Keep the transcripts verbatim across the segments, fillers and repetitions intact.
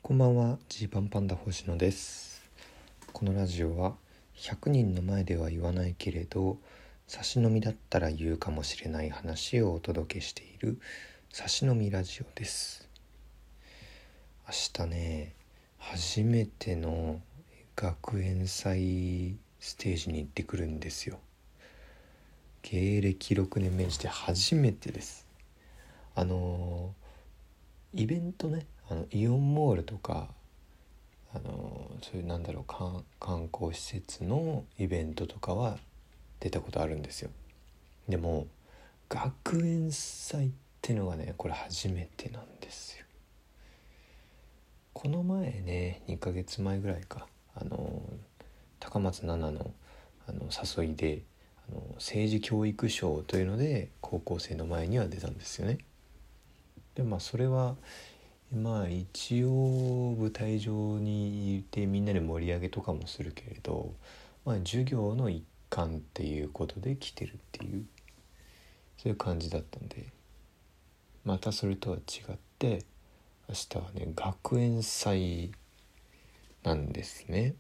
こんばんは、ジーパンパンダ星野です。このラジオはひゃくにんの前では言わないけれど差し飲みだったら言うかもしれない話をお届けしている差し飲みラジオです。明日ね、初めての学園祭ステージに行ってくるんですよ。芸歴ろくねんめにして初めてです。あのイベントね、あのイオンモールとかあのそういうなんだろう観観光施設のイベントとかは出たことあるんですよ。でも学園祭ってのがね、これ初めてなんですよ。この前ね、にかげつまえぐらいか、あの高松菜奈のあの誘いであの政治教育賞というので高校生の前には出たんですよね。でまあそれはまあ一応舞台上にいてみんなで盛り上げとかもするけれど、まあ授業の一環っていうことで来てるっていう、そういう感じだったんで、またそれとは違って明日はね、学園祭なんですね。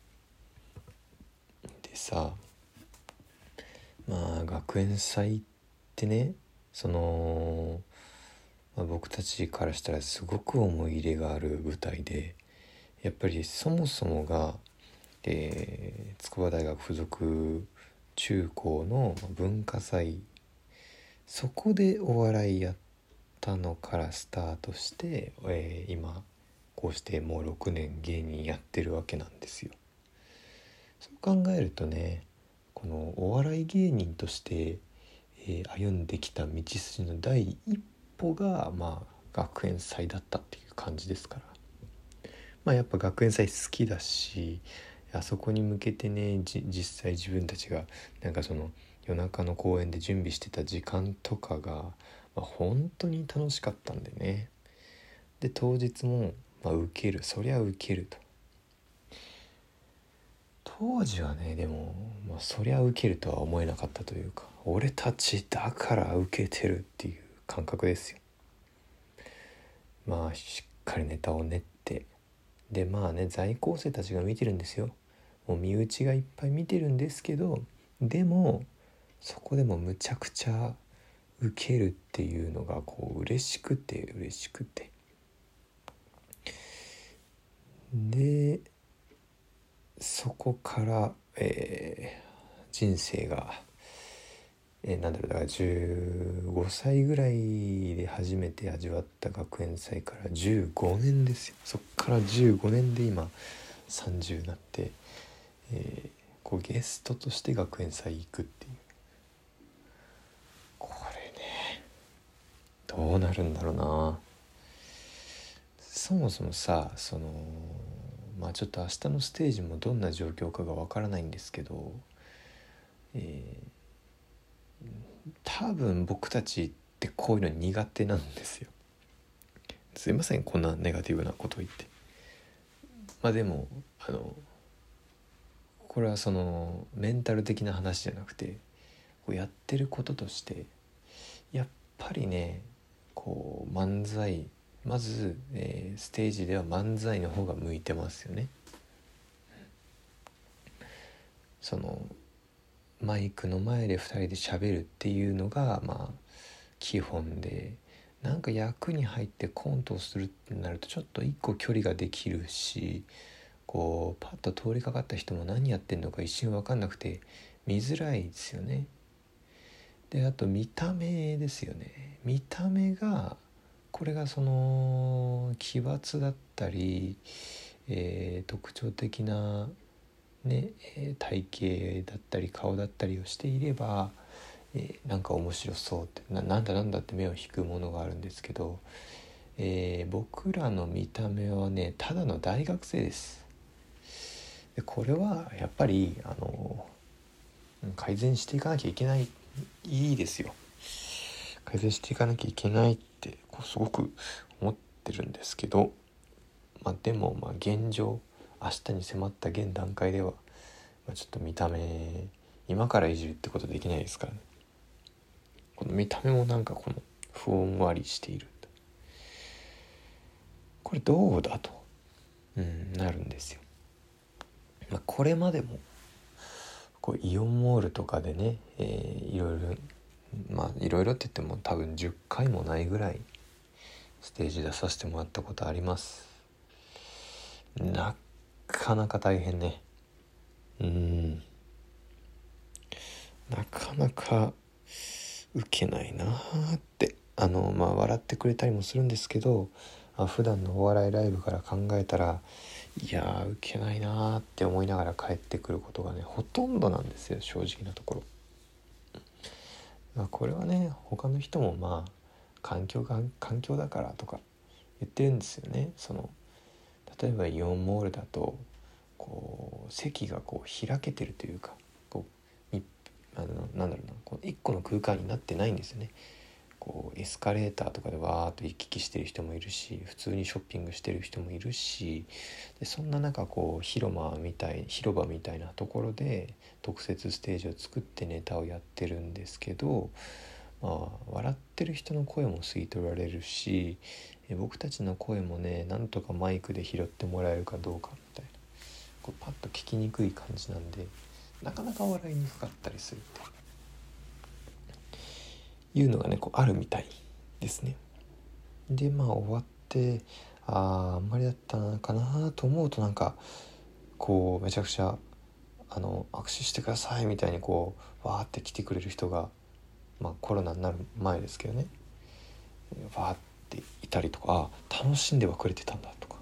でさ、まあ学園祭ってね、その、まあ、僕たちからしたらすごく思い入れがある舞台で、やっぱりそもそもが、えー、筑波大学附属中高の文化祭、そこでお笑いやったのからスタートして、えー、今こうしてもうろくねん芸人やってるわけなんですよ。そう考えるとね、このお笑い芸人として、えー、歩んできた道筋の第一歩がまあ学園祭だったっていう感じですから、まあやっぱ学園祭好きだし、あそこに向けてね、じ実際自分たちがなんかその夜中の公園で準備してた時間とかが、まあ、本当に楽しかったんでね。で当日も、まあ、受ける、そりゃ受けると。当時はね、でも、まあ、そりゃ受けるとは思えなかったというか、俺たちだから受けてるっていう感覚ですよ。まあしっかりネタを練って、でまあね、在校生たちが見てるんですよ。もう身内がいっぱい見てるんですけど、でもそこでもむちゃくちゃ受けるっていうのがこう嬉しくて嬉しくてでそこから、えー人生が、えーなんだろうだからじゅうごさいぐらいで初めて味わった学園祭からじゅうごねんですよ。そっからじゅうごねんで今さんじゅうになって、えーこうゲストとして学園祭行くっていう、これね、どうなるんだろうな。そもそもさ、そのまあちょっと明日のステージもどんな状況かがわからないんですけど、えー、多分僕たちってこういうの苦手なんですよ。すいません、こんなネガティブなことを言って。まあでもあのこれはそのメンタル的な話じゃなくて、こうやってることとしてやっぱりね、こう漫才、まず、えー、ステージでは漫才の方が向いてますよね。そのマイクの前でふたりで喋るっていうのがまあ基本で、なんか役に入ってコントをするってなるとちょっと一個距離ができるし、こうパッと通りかかった人も何やってんのか一瞬分かんなくて見づらいですよね。であと見た目ですよね。見た目がこれがその奇抜だったり、えー、特徴的なね、えー、体型だったり顔だったりをしていれば、えー、なんか面白そうって な, なんだなんだって目を引くものがあるんですけど、えー、僕らの見た目はね、ただの大学生です。でこれはやっぱりあの改善していかなきゃいけない、いいですよ。改善していかなきゃいけないってこうすごく思ってるんですけど、まあでもまあ現状、明日に迫った現段階では、まあ、ちょっと見た目今からいじるってことできないですからね。この見た目もなんかこのふんわりしている、これどうだとうん、なるんですよ。まあ、これまでもこうイオンモールとかでね、えー、いろいろまあいろいろって言っても多分じゅっかいもないぐらいステージ出させてもらったことあります。なかなか大変ね。うんなかなかウケないなーってあのまあ笑ってくれたりもするんですけど、あ普段のお笑いライブから考えたらいやーウケないなーって思いながら帰ってくることがねほとんどなんですよ、正直なところ。まあ、これはね他の人もまあ環境が環境だからとか言ってるんですよね。その例えばイオンモールだとこう席がこう開けてるというかこうみあのなんだろうなこう一個の空間になってないんですよね。こうエスカレーターとかでわーっと行き来してる人もいるし、普通にショッピングしてる人もいるし、でそんな中こう広間みたい広場みたいなところで特設ステージを作ってネタをやってるんですけど、まあ、笑ってる人の声も吸い取られるし、え僕たちの声もねなんとかマイクで拾ってもらえるかどうかみたいな、こうパッと聞きにくい感じなんでなかなか笑いにくかったりするっていうのがねこうあるみたいですね。でまあ終わってあーあんまりだったのかなと思うとなんかこうめちゃくちゃあの握手してくださいみたいにこうわーって来てくれる人が、まあ、コロナになる前ですけどねわーっていたりとか、あ楽しんではくれてたんだとか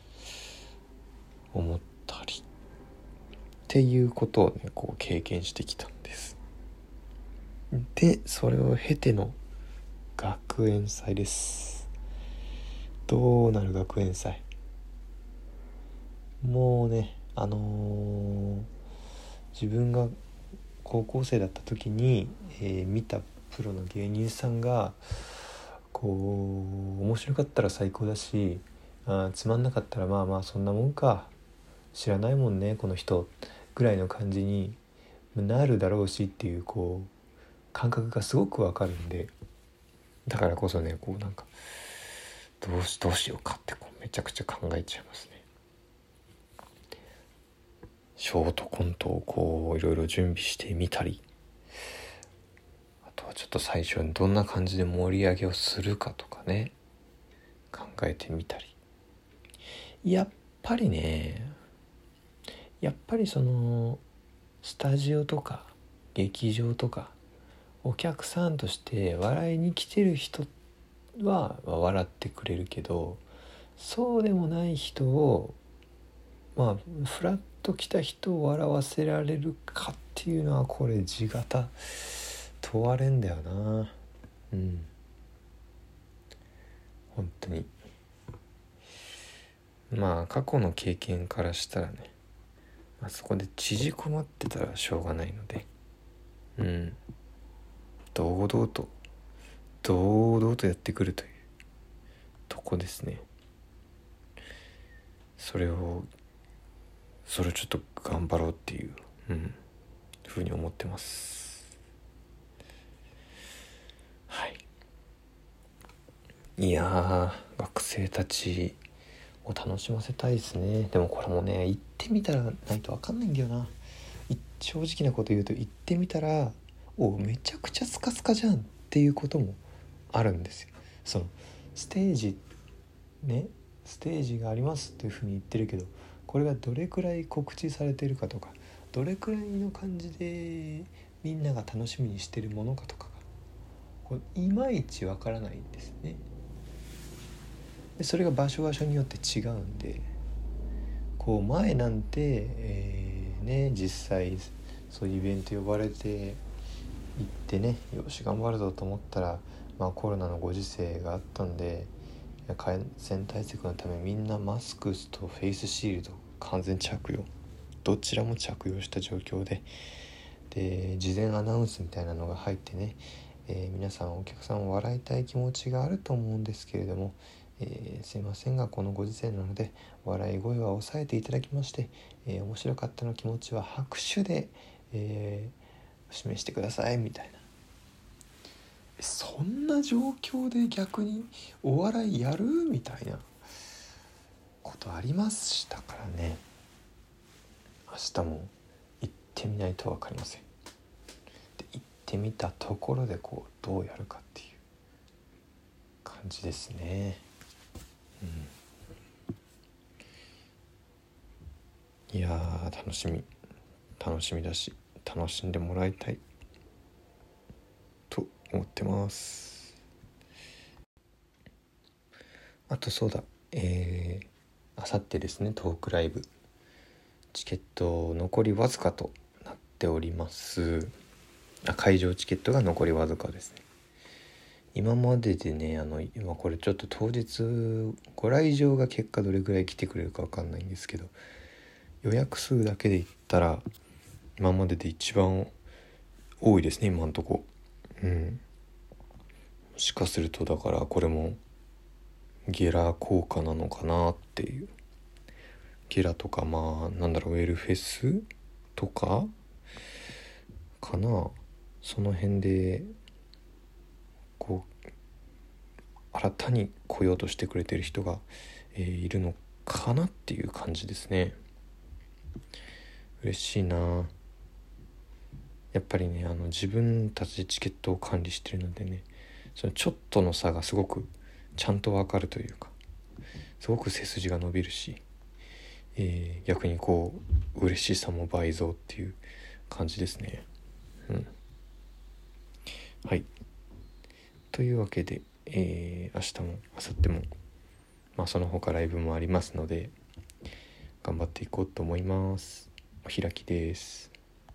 思ったりっていうことをねこう経験してきたんです。でそれを経ての学園祭です。どうなる学園祭、もうねあのー、自分が高校生だった時に、えー、見たプロの芸人さんがこう面白かったら最高だし、あつまんなかったらまあまあそんなもんか、知らないもんねこの人ぐらいの感じになるだろうしっていうこう感覚がすごくわかるんで、だからこそねこうなんかどうしどうしようかってこうめちゃくちゃ考えちゃいますね。ショートコントをこういろいろ準備してみたり、あとはちょっと最初にどんな感じで盛り上げをするかとかね考えてみたり、やっぱりねやっぱりそのスタジオとか劇場とかお客さんとして笑いに来てる人は笑ってくれるけど、そうでもない人をまあフラッと来た人を笑わせられるかっていうのはこれ地形問われんだよな。うん本当にまあ過去の経験からしたらね、まあ、そこで縮こまってたらしょうがないので、うん堂々と堂々とやってくるというとこですね。それをそれをちょっと頑張ろうっていう、うん、ふうに思ってます。はい。いやー学生たちを楽しませたいですね。でもこれもね行ってみたらないと分かんないんだよな。正直なこと言うと行ってみたらおめちゃくちゃスカスカじゃんっていうこともあるんですよ。そのステージねステージがありますっていうふうに言ってるけど、これがどれくらい告知されてるかとかどれくらいの感じでみんなが楽しみにしてるものかとかがこういまいちわからないんですね。でそれが場所場所によって違うんで、こう前なんて、えー、ね実際そういうイベント呼ばれて行ってねよし頑張るぞと思ったら、まあ、コロナのご時世があったんで感染対策のためみんなマスクとフェイスシールド完全着用、どちらも着用した状況でで事前アナウンスみたいなのが入ってね、えー、皆さんお客さんを笑いたい気持ちがあると思うんですけれども、えー、すいませんがこのご時世なので笑い声は抑えていただきまして、えー、面白かったの気持ちは拍手で、えー、示してくださいみたいな。そんな状況で逆にお笑いやるみたいなことあありましたからね。明日も行ってみないと分かりません。で行ってみたところでこうどうやるかっていう感じですね。うん、いやー楽しみ楽しみだし楽しんでもらいたいと思ってます。あとそうだ、えー、あさってですね、トークライブチケット残りわずかとなっております。あ、会場チケットが残りわずかですね。今まででね、あの今これちょっと当日ご来場が結果どれぐらい来てくれるか分かんないんですけど、予約数だけで言ったら今までで一番多いですね、今んとこ。うん。もしかするとだからこれもゲラ効果なのかなっていう。ゲラとかまあなんだろう、ウェルフェスとかかな、その辺でこう新たに来ようとしてくれてる人が、えー、いるのかなっていう感じですね。嬉しいな。やっぱりね、あの自分たちでチケットを管理してるのでね、そのちょっとの差がすごくちゃんと分かるというか、すごく背筋が伸びるし、えー、逆にこう嬉しさも倍増っていう感じですね。うん。はい。というわけで、えー、明日も明後日も、まあ、その他ライブもありますので頑張っていこうと思います。お開きです。